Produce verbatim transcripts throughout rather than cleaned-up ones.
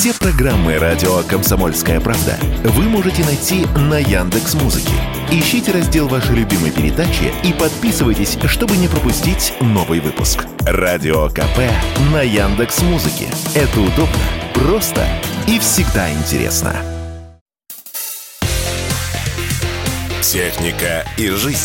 Все программы радио «Комсомольская правда» вы можете найти на Яндекс.Музыке. Ищите раздел вашей любимой передачи и подписывайтесь, чтобы не пропустить новый выпуск. Радио КП на Яндекс.Музыке. Это удобно, просто и всегда интересно. Техника и жизнь.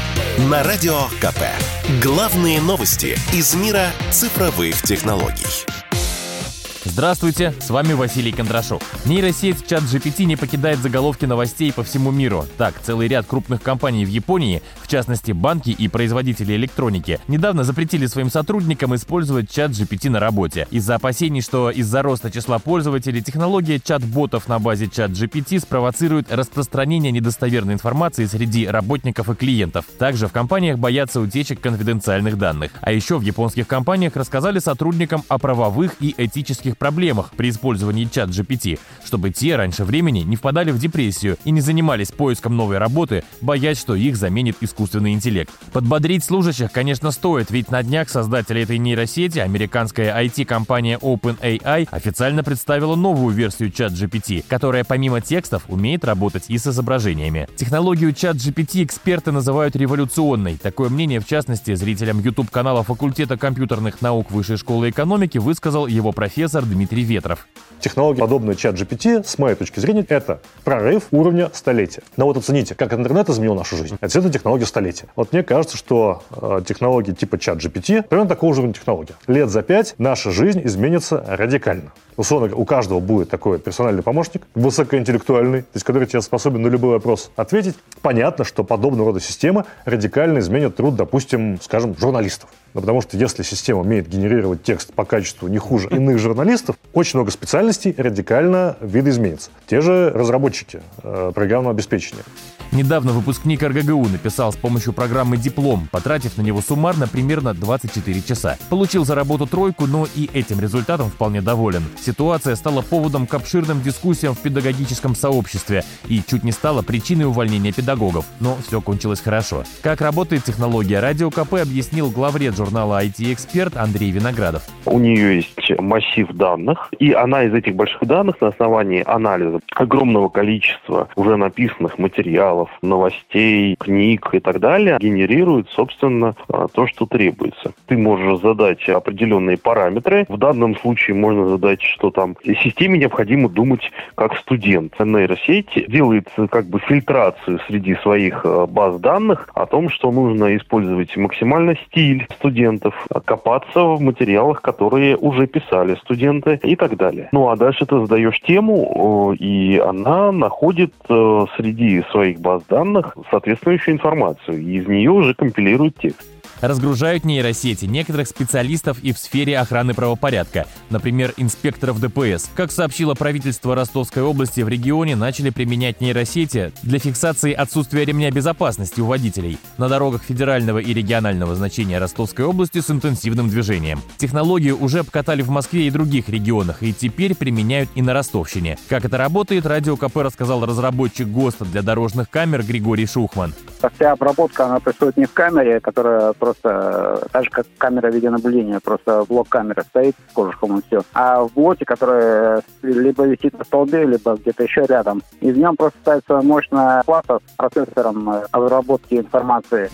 На Радио КП. Главные новости из мира цифровых технологий. Здравствуйте, с вами Василий Кондрашов. Нейросеть ChatGPT не покидает заголовки новостей по всему миру. Так, целый ряд крупных компаний в Японии, в частности банки и производители электроники, недавно запретили своим сотрудникам использовать ChatGPT на работе. Из-за опасений, что из-за роста числа пользователей технология чат-ботов на базе ChatGPT спровоцирует распространение недостоверной информации среди работников и клиентов. Также в компаниях боятся утечек конфиденциальных данных. А еще в японских компаниях рассказали сотрудникам о правовых и этических проблемах при использовании ChatGPT, чтобы те раньше времени не впадали в депрессию и не занимались поиском новой работы, боясь, что их заменит искусственный интеллект. Подбодрить служащих, конечно, стоит, ведь на днях создатели этой нейросети, американская ай ти-компания OpenAI, официально представила новую версию ChatGPT, которая помимо текстов умеет работать и с изображениями. Технологию ChatGPT эксперты называют революционной. Такое мнение, в частности, зрителям YouTube-канала факультета компьютерных наук Высшей школы экономики высказал его профессор Дмитрий Ветров. Технология, подобная ChatGPT, с моей точки зрения, это прорыв уровня столетия. Но вот оцените, как интернет изменил нашу жизнь. Это действительно технология столетия. Вот мне кажется, что э, технологии типа ChatGPT примерно такого же уровня технологии. Лет за пять наша жизнь изменится радикально. Условно, у каждого будет такой персональный помощник, высокоинтеллектуальный, то есть который тебе способен на любой вопрос ответить. Понятно, что подобного рода системы радикально изменят труд, допустим, скажем, журналистов. Ну, потому что если система умеет генерировать текст по качеству не хуже иных журналистов, очень много специальностей радикально видоизменится. Те же разработчики э, программного обеспечения. Недавно выпускник эр гэ гэ у написал с помощью программы «Диплом», потратив на него суммарно примерно двадцать четыре часа. Получил за работу тройку, но и этим результатом вполне доволен. Ситуация стала поводом к обширным дискуссиям в педагогическом сообществе и чуть не стала причиной увольнения педагогов. Но все кончилось хорошо. Как работает технология Радио КП, объяснил главред журнала ай ти-эксперт Андрей Виноградов. У нее есть массив данных, и она из этих больших данных на основании анализа огромного количества уже написанных материалов, новостей, книг и так далее, генерирует, собственно, то, что требуется. Ты можешь задать определенные параметры. В данном случае можно задать, что там системе необходимо думать как студент. Нейросеть делает как бы фильтрацию среди своих баз данных о том, что нужно использовать максимально стиль студентов, копаться в материалах, которые уже писали студенты и так далее. Ну а дальше ты задаешь тему, и она находит среди своих баз данных соответствующую информацию, и из нее уже компилирует текст. Разгружают нейросети некоторых специалистов и в сфере охраны правопорядка, например, инспекторов дэ пэ эс. Как сообщило правительство Ростовской области, в регионе начали применять нейросети для фиксации отсутствия ремня безопасности у водителей на дорогах федерального и регионального значения Ростовской области с интенсивным движением. Технологию уже обкатали в Москве и других регионах, и теперь применяют и на Ростовщине. Как это работает, Радио КП рассказал разработчик ГОСТа для дорожных камер Григорий Шухман. Вся обработка, она происходит не в камере, которая просто, так же как камера видеонаблюдения, просто блок камеры стоит с кожухом и все, а в блоке, который либо висит на столбе, либо где-то еще рядом. И в нем просто ставится мощная плата с процессором обработки информации.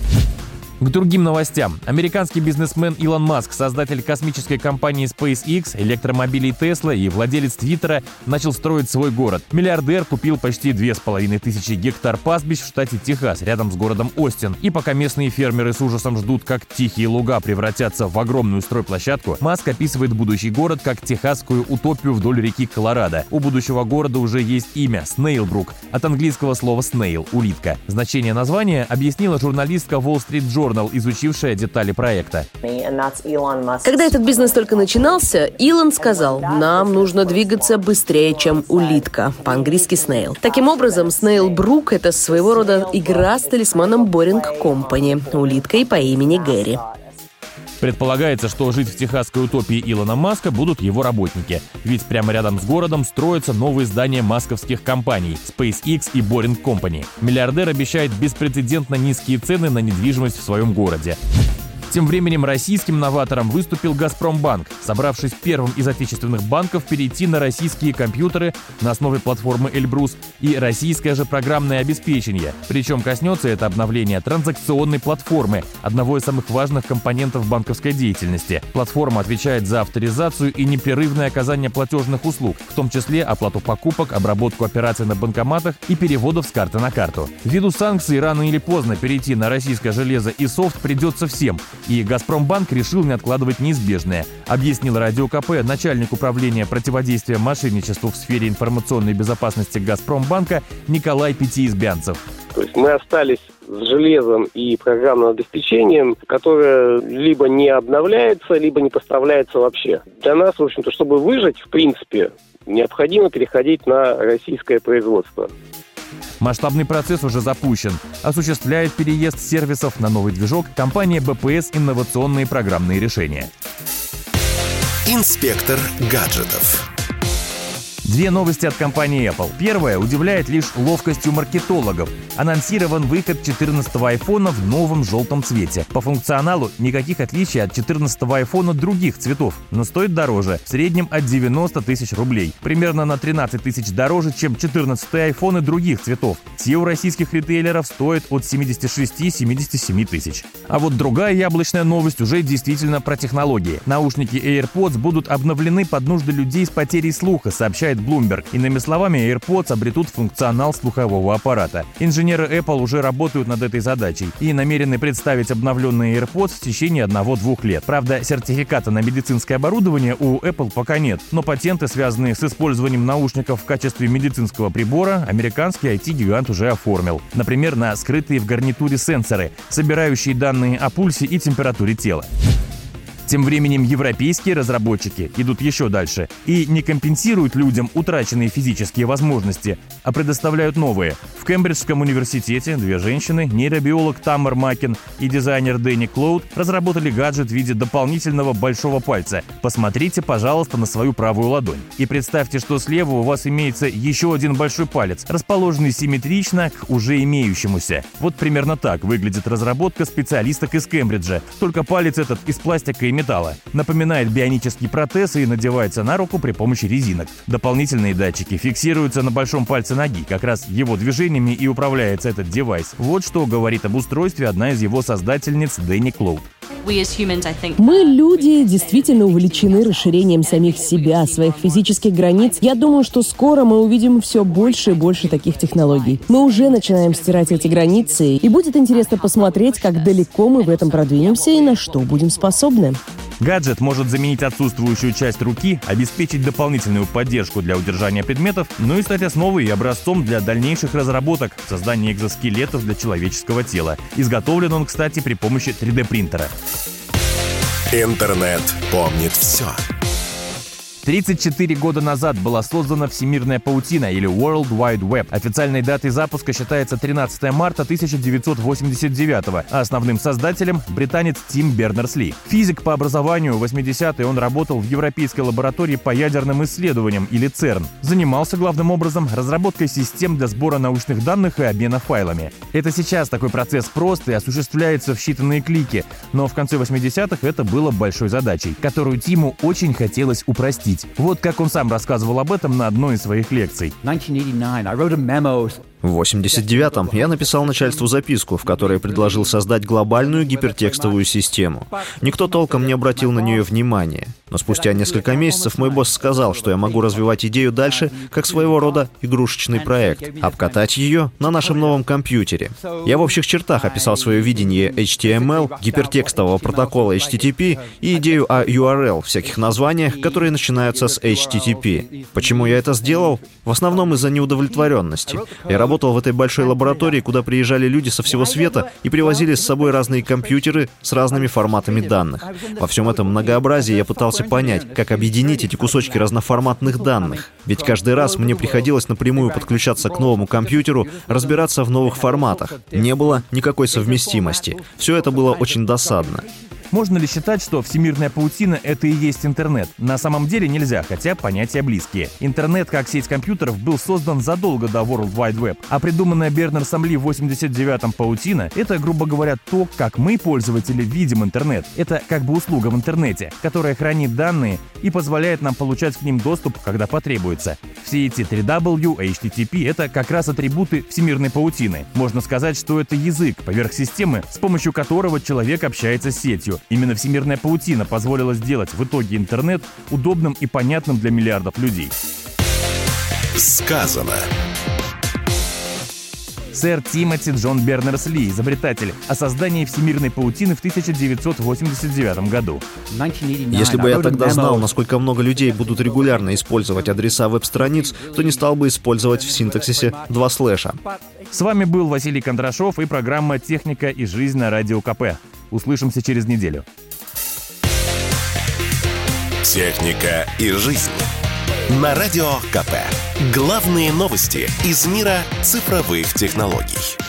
К другим новостям. Американский бизнесмен Илон Маск, создатель космической компании SpaceX, электромобилей Tesla и владелец Твиттера, начал строить свой город. Миллиардер купил почти две с половиной тысячи гектар пастбищ в штате Техас, рядом с городом Остин. И пока местные фермеры с ужасом ждут, как тихие луга превратятся в огромную стройплощадку, Маск описывает будущий город как техасскую утопию вдоль реки Колорадо. У будущего города уже есть имя – Снейлбрук, от английского слова «snail» – улитка. Значение названия объяснила журналистка Wall Street Journal, изучившая детали проекта. Когда этот бизнес только начинался, Илон сказал: нам нужно двигаться быстрее, чем улитка, по-английски snail. Таким образом, Снейлбрук — это своего рода игра с талисманом Boring Company, улиткой по имени Гэри. Предполагается, что жить в техасской утопии Илона Маска будут его работники. Ведь прямо рядом с городом строятся новые здания масковских компаний SpaceX и Boring Company. Миллиардер обещает беспрецедентно низкие цены на недвижимость в своем городе. Тем временем российским новатором выступил «Газпромбанк», собравшись первым из отечественных банков перейти на российские компьютеры на основе платформы «Эльбрус» и российское же программное обеспечение. Причем коснется это обновление транзакционной платформы, одного из самых важных компонентов банковской деятельности. Платформа отвечает за авторизацию и непрерывное оказание платежных услуг, в том числе оплату покупок, обработку операций на банкоматах и переводов с карты на карту. Ввиду санкций рано или поздно перейти на российское железо и софт придется всем, и «Газпромбанк» решил не откладывать неизбежное, объяснил Радио КП начальник управления противодействия мошенничеству в сфере информационной безопасности «Газпромбанка» Николай Пятиизбянцев. То есть мы остались с железом и программным обеспечением, которое либо не обновляется, либо не поставляется вообще. Для нас, в общем-то, чтобы выжить, в принципе, необходимо переходить на российское производство. Масштабный процесс уже запущен. Осуществляет переезд сервисов на новый движок компания бэ пэ эс «Инновационные программные решения». Инспектор гаджетов. Две новости от компании Apple. Первая удивляет лишь ловкостью маркетологов. Анонсирован выход четырнадцатого айфона в новом желтом цвете. По функционалу никаких отличий от четырнадцатого айфона других цветов, но стоит дороже, в среднем от девяноста тысяч рублей. Примерно на тринадцать тысяч дороже, чем четырнадцатые айфоны других цветов. Те у российских ритейлеров стоят от семидесяти шести — семидесяти семи тысяч. А вот другая яблочная новость уже действительно про технологии. Наушники AirPods будут обновлены под нужды людей с потерей слуха, сообщает Bloomberg. Иными словами, AirPods обретут функционал слухового аппарата. Инженеры Apple уже работают над этой задачей и намерены представить обновленные AirPods в течение одного-двух лет. Правда, сертификата на медицинское оборудование у Apple пока нет, но патенты, связанные с использованием наушников в качестве медицинского прибора, американский ай ти-гигант уже оформил. Например, на скрытые в гарнитуре сенсоры, собирающие данные о пульсе и температуре тела. Тем временем европейские разработчики идут еще дальше и не компенсируют людям утраченные физические возможности, а предоставляют новые. В Кембриджском университете две женщины, нейробиолог Тамар Макин и дизайнер Дэнни Клоуд, разработали гаджет в виде дополнительного большого пальца. Посмотрите, пожалуйста, на свою правую ладонь. И представьте, что слева у вас имеется еще один большой палец, расположенный симметрично к уже имеющемуся. Вот примерно так выглядит разработка специалисток из Кембриджа. Только палец этот из пластика и металла. Напоминает бионический протез и надевается на руку при помощи резинок. Дополнительные датчики фиксируются на большом пальце ноги. Как раз его движениями и управляется этот девайс. Вот что говорит об устройстве одна из его создательниц Дэнни Клоуд. Мы, люди, действительно увлечены расширением самих себя, своих физических границ. Я думаю, что скоро мы увидим все больше и больше таких технологий. Мы уже начинаем стирать эти границы, и будет интересно посмотреть, как далеко мы в этом продвинемся и на что будем способны. Гаджет может заменить отсутствующую часть руки, обеспечить дополнительную поддержку для удержания предметов, ну и стать основой и образцом для дальнейших разработок в создании экзоскелетов для человеческого тела. Изготовлен он, кстати, при помощи три дэ принтера. Интернет помнит все. тридцать четыре года назад была создана Всемирная паутина или World Wide Web. Официальной датой запуска считается тринадцатое марта тысяча девятьсот восемьдесят девятого, а основным создателем — британец Тим Бернерс-Ли. Физик по образованию, в восьмидесятые он работал в Европейской лаборатории по ядерным исследованиям или церн. Занимался главным образом разработкой систем для сбора научных данных и обмена файлами. Это сейчас такой процесс прост и осуществляется в считанные клики, но в конце восьмидесятых это было большой задачей, которую Тиму очень хотелось упростить. Вот как он сам рассказывал об этом на одной из своих лекций. В восемьдесят девятом я написал начальству записку, в которой предложил создать глобальную гипертекстовую систему. Никто толком не обратил на нее внимания. Но спустя несколько месяцев мой босс сказал, что я могу развивать идею дальше, как своего рода игрушечный проект, обкатать ее на нашем новом компьютере. Я в общих чертах описал свое видение эйч ти эм эл, гипертекстового протокола эйч ти ти пи и идею о ю ар эл, всяких названиях, которые начинаются с эйч ти ти пи. Почему я это сделал? В основном из-за неудовлетворенности. Я работал в этой большой лаборатории, куда приезжали люди со всего света и привозили с собой разные компьютеры с разными форматами данных. Во всем этом многообразии я пытался понять, как объединить эти кусочки разноформатных данных. Ведь каждый раз мне приходилось напрямую подключаться к новому компьютеру, разбираться в новых форматах. Не было никакой совместимости. Все это было очень досадно. Можно ли считать, что всемирная паутина — это и есть интернет? На самом деле нельзя, хотя понятия близкие. Интернет как сеть компьютеров был создан задолго до World Wide Web, а придуманная Бернерсом Ли в восемьдесят девятом паутина — это, грубо говоря, то, как мы, пользователи, видим интернет. Это как бы услуга в интернете, которая хранит данные и позволяет нам получать к ним доступ, когда потребуется. Все эти три дабл ю, эйч ти ти пи — это как раз атрибуты всемирной паутины. Можно сказать, что это язык поверх системы, с помощью которого человек общается с сетью. Именно всемирная паутина позволила сделать в итоге интернет удобным и понятным для миллиардов людей. Сказано. Сэр Тимоти Джон Бернерс-Ли, изобретатель, о создании всемирной паутины в тысяча девятьсот восемьдесят девятом году. Если бы я тогда знал, насколько много людей будут регулярно использовать адреса веб-страниц, то не стал бы использовать в синтаксисе два слэша. С вами был Василий Кондрашов и программа «Техника и жизнь» на Радио КП. Услышимся через неделю. «Техника и жизнь» на Радио КП. Главные новости из мира цифровых технологий.